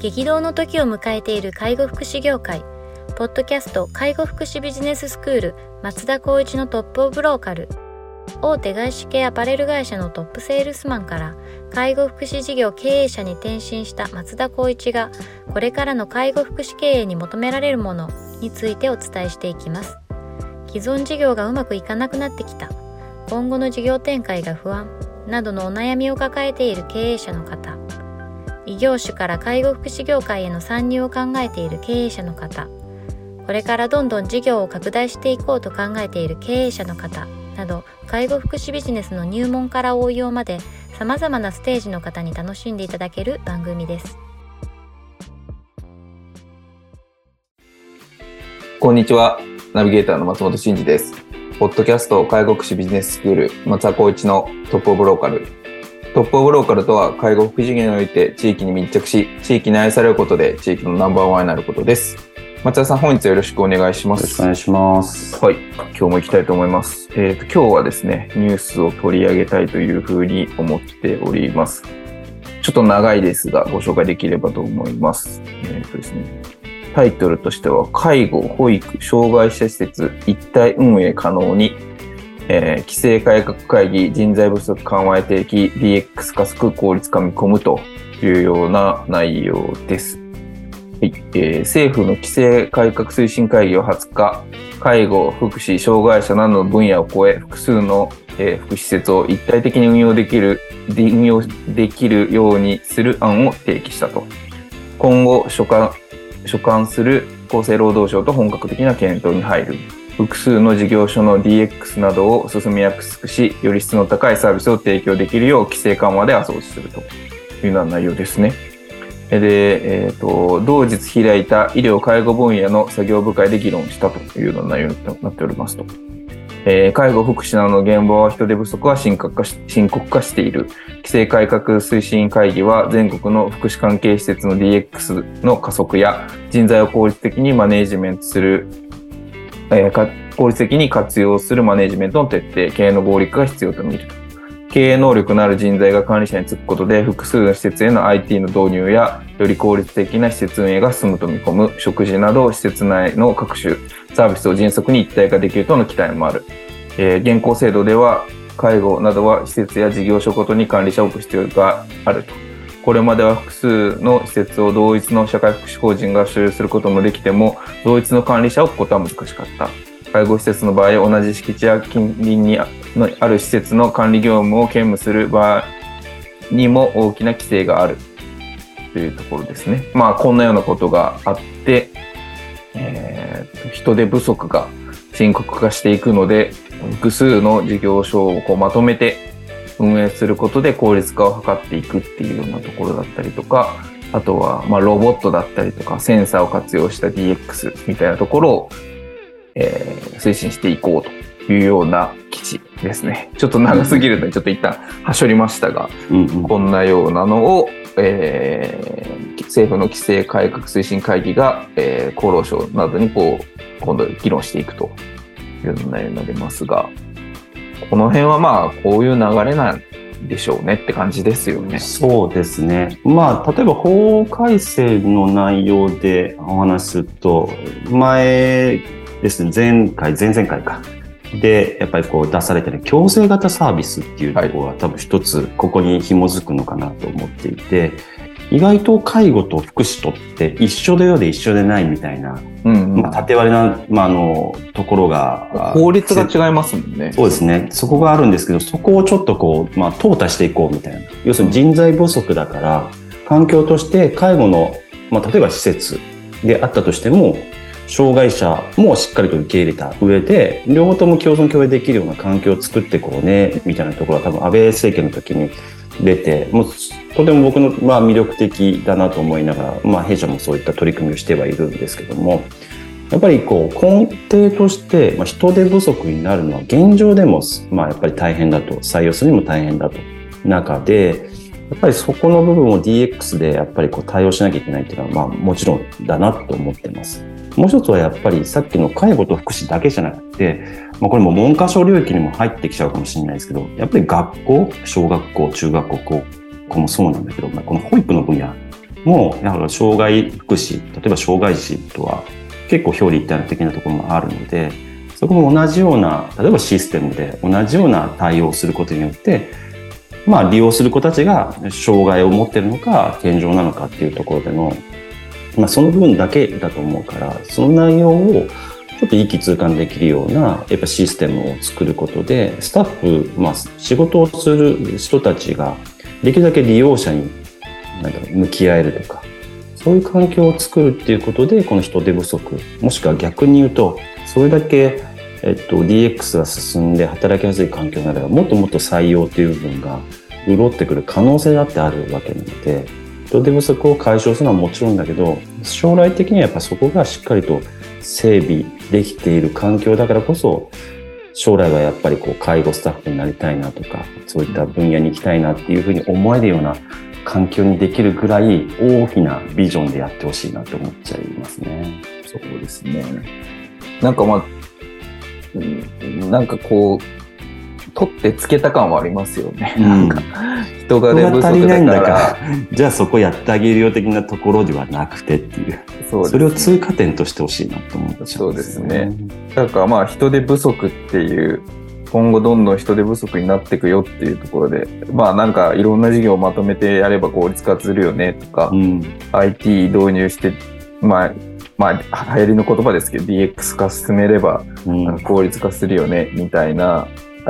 激動の時を迎えている介護福祉業界。ポッドキャスト介護福祉ビジネススクール松田光一のトップオブローカル。大手外資系アパレル会社のトップセールスマンから介護福祉事業経営者に転身した松田光一が、これからの介護福祉経営に求められるものについてお伝えしていきます。既存事業がうまくいかなくなってきた、今後の事業展開が不安などのお悩みを抱えている経営者の方、異業種から介護福祉業界への参入を考えている経営者の方、これからどんどん事業を拡大していこうと考えている経営者の方など、介護福祉ビジネスの入門から応用まで様々なステージの方に楽しんでいただける番組です。 こんにちは、ナビゲーターの松本真嗣です。ポッドキャスト介護福祉ビジネススクール松田光一のトップオブローカル。トップオブローカルとは、介護福祉事業において地域に密着し、地域に愛されることで地域のナンバーワンになることです。松田さん、本日はよろしくお願いします。 よろしくお願いします。 はい、今日も行きたいと思います。今日はですね、ニュースを取り上げたいというふうに思っております。ちょっと長いですが、ご紹介できればと思います。ですね、タイトルとしては、介護、保育、障害者施設一体運営可能に、規制改革会議、人材不足緩和へ提起、DX 加速効率化見込むというような内容です。はい、政府の規制改革推進会議は20日、介護、福祉、障害者などの分野を超え、複数の、福祉施設を一体的に運用できるようにする案を提起したと。今後、所管する厚生労働省と本格的な検討に入る。複数の事業所の DX などを進めやすくし、より質の高いサービスを提供できるよう規制緩和で後押しするというような内容ですね。で、同日開いた医療介護分野の作業部会で議論したというような内容になっておりますと。介護福祉などの現場は人手不足は深刻化している。規制改革推進会議は全国の福祉関係施設の DX の加速や人材を効率的にマネージメントする、効率的に活用するマネージメントの徹底、経営の合理化が必要と見ると。経営能力のある人材が管理者に就くことで、複数の施設への IT の導入や、より効率的な施設運営が進むと見込む。食事など施設内の各種サービスを迅速に一体化できるとの期待もある。現行制度では、介護などは施設や事業所ごとに管理者を置く必要があると。これまでは複数の施設を同一の社会福祉法人が所有することもできても、同一の管理者を置くことは難しかった。介護施設の場合、同じ敷地や近隣にある施設の管理業務を兼務する場合にも大きな規制があるというところですね。まあ、こんなようなことがあって、人手不足が深刻化していくので、複数の事業所をまとめて運営することで効率化を図っていくっていうようなところだったりとか、あとはロボットだったりとかセンサーを活用した DX みたいなところを推進していこうというような基地ですね。ちょっと長すぎるのでちょっと一旦はしょりましたが、こんなようなのを、政府の規制改革推進会議が、厚労省などに今度議論していくというような内容になりますが、この辺はこういう流れなんでしょうねって感じですよね。 そうですね。例えば法改正の内容でお話しすると、前ですね、前々回か。で、やっぱり出されてる強制型サービスっていうところが多分一つここに紐づくのかなと思っていて、意外と介護と福祉とって一緒でようで一緒でないみたいな、縦割りな、ところが。 法律が違いますもんね。 そうですね。そこがあるんですけど、そこをちょっと淘汰していこうみたいな。要するに人材不足だから、環境として介護の、例えば施設であったとしても、障害者もしっかりと受け入れた上で、両方とも共存共栄できるような環境を作っていこうね、みたいなところは多分安倍政権の時に出て、もうとても僕の魅力的だなと思いながら、弊社もそういった取り組みをしてはいるんですけども、やっぱり根底として人手不足になるのは現状でもやっぱり大変だと、採用するにも大変だと中で、やっぱりそこの部分を DX でやっぱり対応しなきゃいけないっていうのはもちろんだなと思ってます。もう一つはやっぱりさっきの介護と福祉だけじゃなくて、これも文科省領域にも入ってきちゃうかもしれないですけど、やっぱり学校、小学校、中学校、高校もそうなんだけど、この保育の分野もなんか障害福祉、例えば障害児とは結構表裏一体的なところもあるので、そこも同じような、例えばシステムで同じような対応をすることによって、利用する子たちが障害を持っているのか健常なのかっていうところでの、その部分だけだと思うから、その内容をちょっと一気通貫できるようなやっぱシステムを作ることで、スタッフ、仕事をする人たちができるだけ利用者に向き合えるとか、そういう環境を作るっていうことで、この人手不足、もしくは逆に言うと、それだけ、DX が進んで働きやすい環境になれば、もっともっと採用という部分が潤ってくる可能性だってあるわけなので、人手不足を解消するのはもちろんだけど、将来的にはやっぱそこがしっかりと整備できている環境だからこそ、将来はやっぱり介護スタッフになりたいなとか、そういった分野に行きたいなっていうふうに思えるような環境にできるぐらい大きなビジョンでやってほしいなと思っちゃいますね。 そうですね。取ってつけた感はありますよね。人が出不足だから。人が足りないんだから、 じゃあそこやってあげるよ的なところではなくてっていう。それを通過点としてほしいなと思っちゃうんですよね。そうですね。 だから人手不足っていう、今後どんどん人手不足になっていくよっていうところで、いろんな事業をまとめてやれば効率化するよねとか、IT 導入して、流行りの言葉ですけど DX 化進めれば効率化するよねみたいな、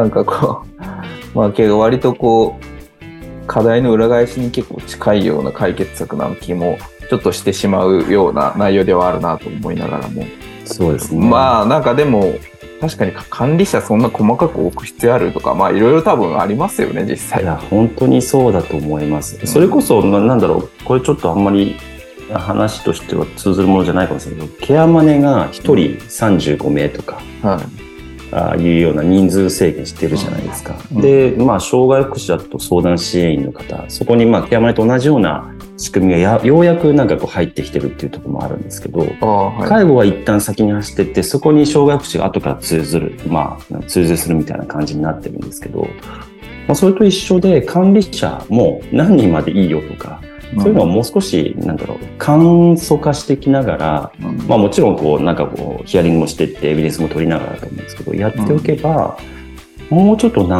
割と課題の裏返しに結構近いような解決策な気もちょっとしてしまうような内容ではあるなと思いながらも。 そうですね。 でも確かに管理者そんな細かく置く必要あるとか、いろいろ多分ありますよね、実際。 いや、本当にそうだと思います。それこそ、これちょっとあんまり話としては通ずるものじゃないかもしれないけど、ケアマネが1人35名とか、いうような人数制限してるじゃないですか。で、障害福祉だと相談支援員の方、そこにケアマネと同じような仕組みがようやく入ってきてるっていうところもあるんですけど、介護は一旦先に走ってって、そこに障害福祉が後から追随するみたいな感じになってるんですけど、それと一緒で管理者も何人までいいよとか、そういうのをもう少し簡素化していきながら、もちろんヒアリングもしていってエビデンスも取りながらと思うんですけど、やっておけば、もうちょっと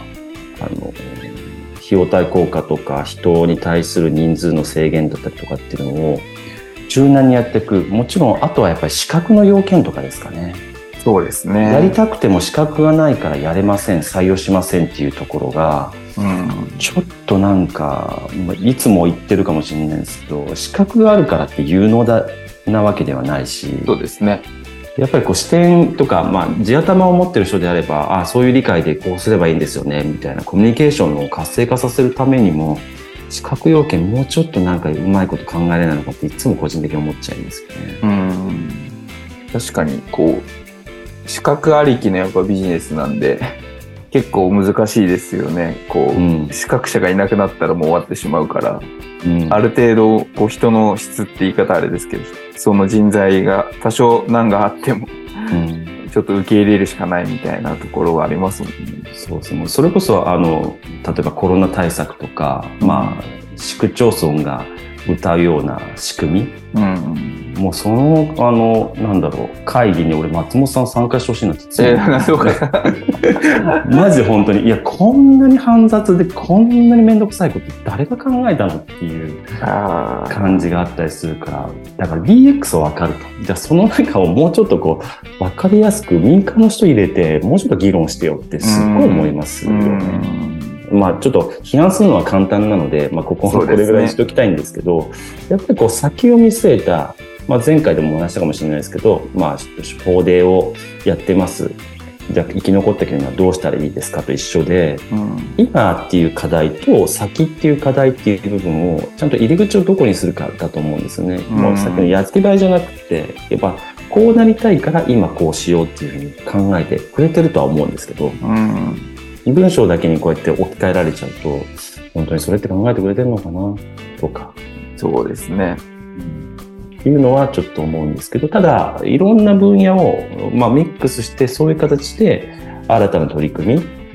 費用対効果とか人に対する人数の制限だったりとかっていうのを柔軟にやっていく。もちろんあとはやっぱり資格の要件とかですかね。 そうですね。 やりたくても資格がないからやれません、採用しませんっていうところが、ちょっといつも言ってるかもしれないですけど、資格があるからって有能なわけではないし。 そうですね。 やっぱり視点とか、地頭を持ってる人であれば、そういう理解でこうすればいいんですよねみたいなコミュニケーションを活性化させるためにも、資格要件もうちょっとうまいこと考えれないのかっていつも個人的に思っちゃうんですけどね。 確かに資格ありきのやっぱビジネスなんで結構難しいですよね。資格者がいなくなったらもう終わってしまうから、ある程度人の質って言い方あれですけど、その人材が多少難があっても、ちょっと受け入れるしかないみたいなところはありますもんね。 そうですね。それこそ例えばコロナ対策とか、市区町村が歌うような仕組み、もうその会議に俺松本さん参加してほしいなってそうかマジで本当に、いや、こんなに煩雑でこんなに面倒くさいこと誰が考えたのっていう感じがあったりするから、だから DX は分かると。じゃあその中をもうちょっと分かりやすく民間の人入れてもうちょっと議論してよってすごい思いますよね。ちょっと批判するのは簡単なので、これぐらいにしておきたいんですけど、やっぱり先を見据えた、前回でもお話したかもしれないですけど、法令をやってます。じゃあ生き残っていくにはどうしたらいいですかと一緒で、今っていう課題と先っていう課題っていう部分をちゃんと入り口をどこにするかだと思うんですよね。もうさっきのやっつけ場じゃなくて、やっぱこうなりたいから今こうしようっていうふうに考えてくれてるとは思うんですけど、文章だけにこうやって置き換えられちゃうと、本当にそれって考えてくれてるのかなとか。 そうですね。 っていうのはちょっと思うんですけど、ただいろんな分野をミックスして、そういう形で新たな取り組み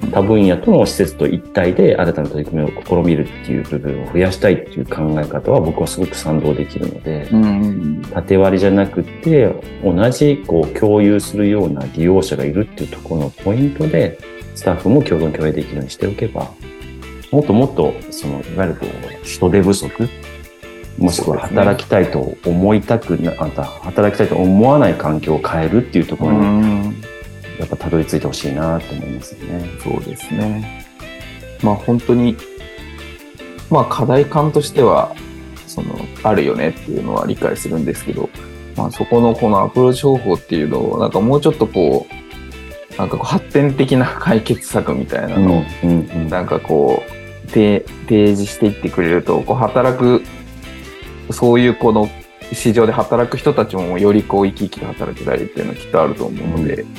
他分野との施設と一体で新たな取り組みを試みるっていう部分を増やしたいっていう考え方は僕はすごく賛同できるので、縦割りじゃなくて同じ共有するような利用者がいるっていうところのポイントでスタッフも共存共栄できるようにしておけば、もっともっといわゆる人手不足、もしくは働きたいと思いたくな、働きたいと思わない環境を変えるっていうところにやっぱたどり着いてほしいなと思いますよね。 そうですね。本当に課題感としてはあるよねっていうのは理解するんですけど、そこのこのアプローチ方法っていうのをもうちょっと発展的な解決策みたいなのを提示していってくれると、働くそういう市場で働く人たちもより生き生きと働けたりっていうのはきっとあると思うので、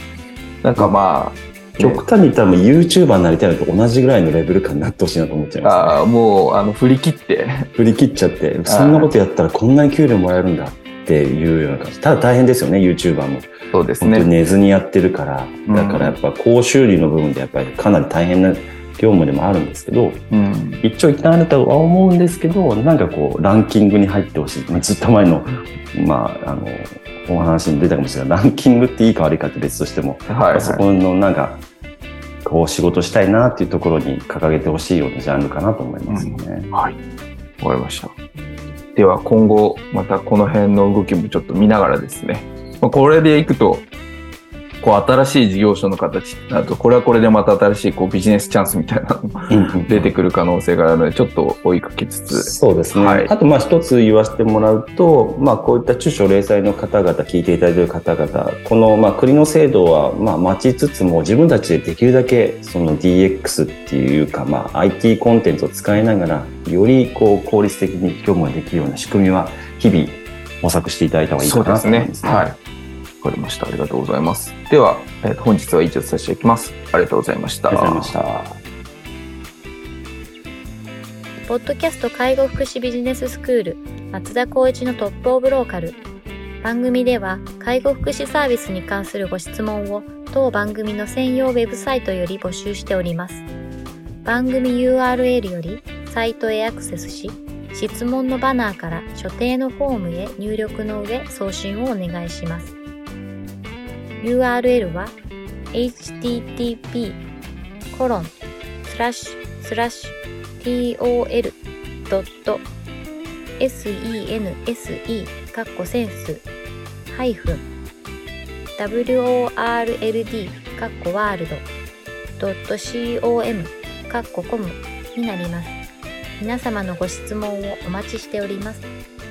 極端に言ったらもう YouTuber になりたいのと同じぐらいのレベル感になってほしいなと思っちゃいますね。 もう振り切っちゃってそんなことやったらこんなに給料もらえるんだっていうような感じ。ただ大変ですよね、 YouTuber も。 そうですね。 本当に寝ずにやってるから、だからやっぱ高収入の部分でやっぱりかなり大変な業務でもあるんですけど、一長一短あるとは思うんですけど、ランキングに入ってほしい。ずっと前のお話に出たかもしれない。ランキングっていいか悪いかって別としても、そこの仕事したいなっていうところに掲げてほしいようなジャンルかなと思いますよね。 はい。わかりました。では今後またこの辺の動きもちょっと見ながらですね。これでいくと新しい事業所の形だと、これはこれでまた新しいビジネスチャンスみたいなのも出てくる可能性があるので、ちょっと追いかけつつ。 そうですね。あと一つ言わせてもらうと、こういった中小零細の方々、聞いていただいている方々、この国の制度は待ちつつも、自分たちでできるだけDX っていうかIT コンテンツを使いながら、より効率的に業務ができるような仕組みは日々模索していただいた方がいいかなと思いますね。 そうですね。はい。わかりました。ありがとうございます。では、本日は以上させていきます。ありがとうございました。 ありがとうございました。 ポッドキャスト介護福祉ビジネススクール松田光一のトップオブローカル。番組では介護福祉サービスに関するご質問を当番組の専用ウェブサイトより募集しております。番組 URL よりサイトへアクセスし、質問のバナーから所定のフォームへ入力の上送信をお願いします。URL は http://tol.sense（world.com） になります。皆様のご質問をお待ちしております。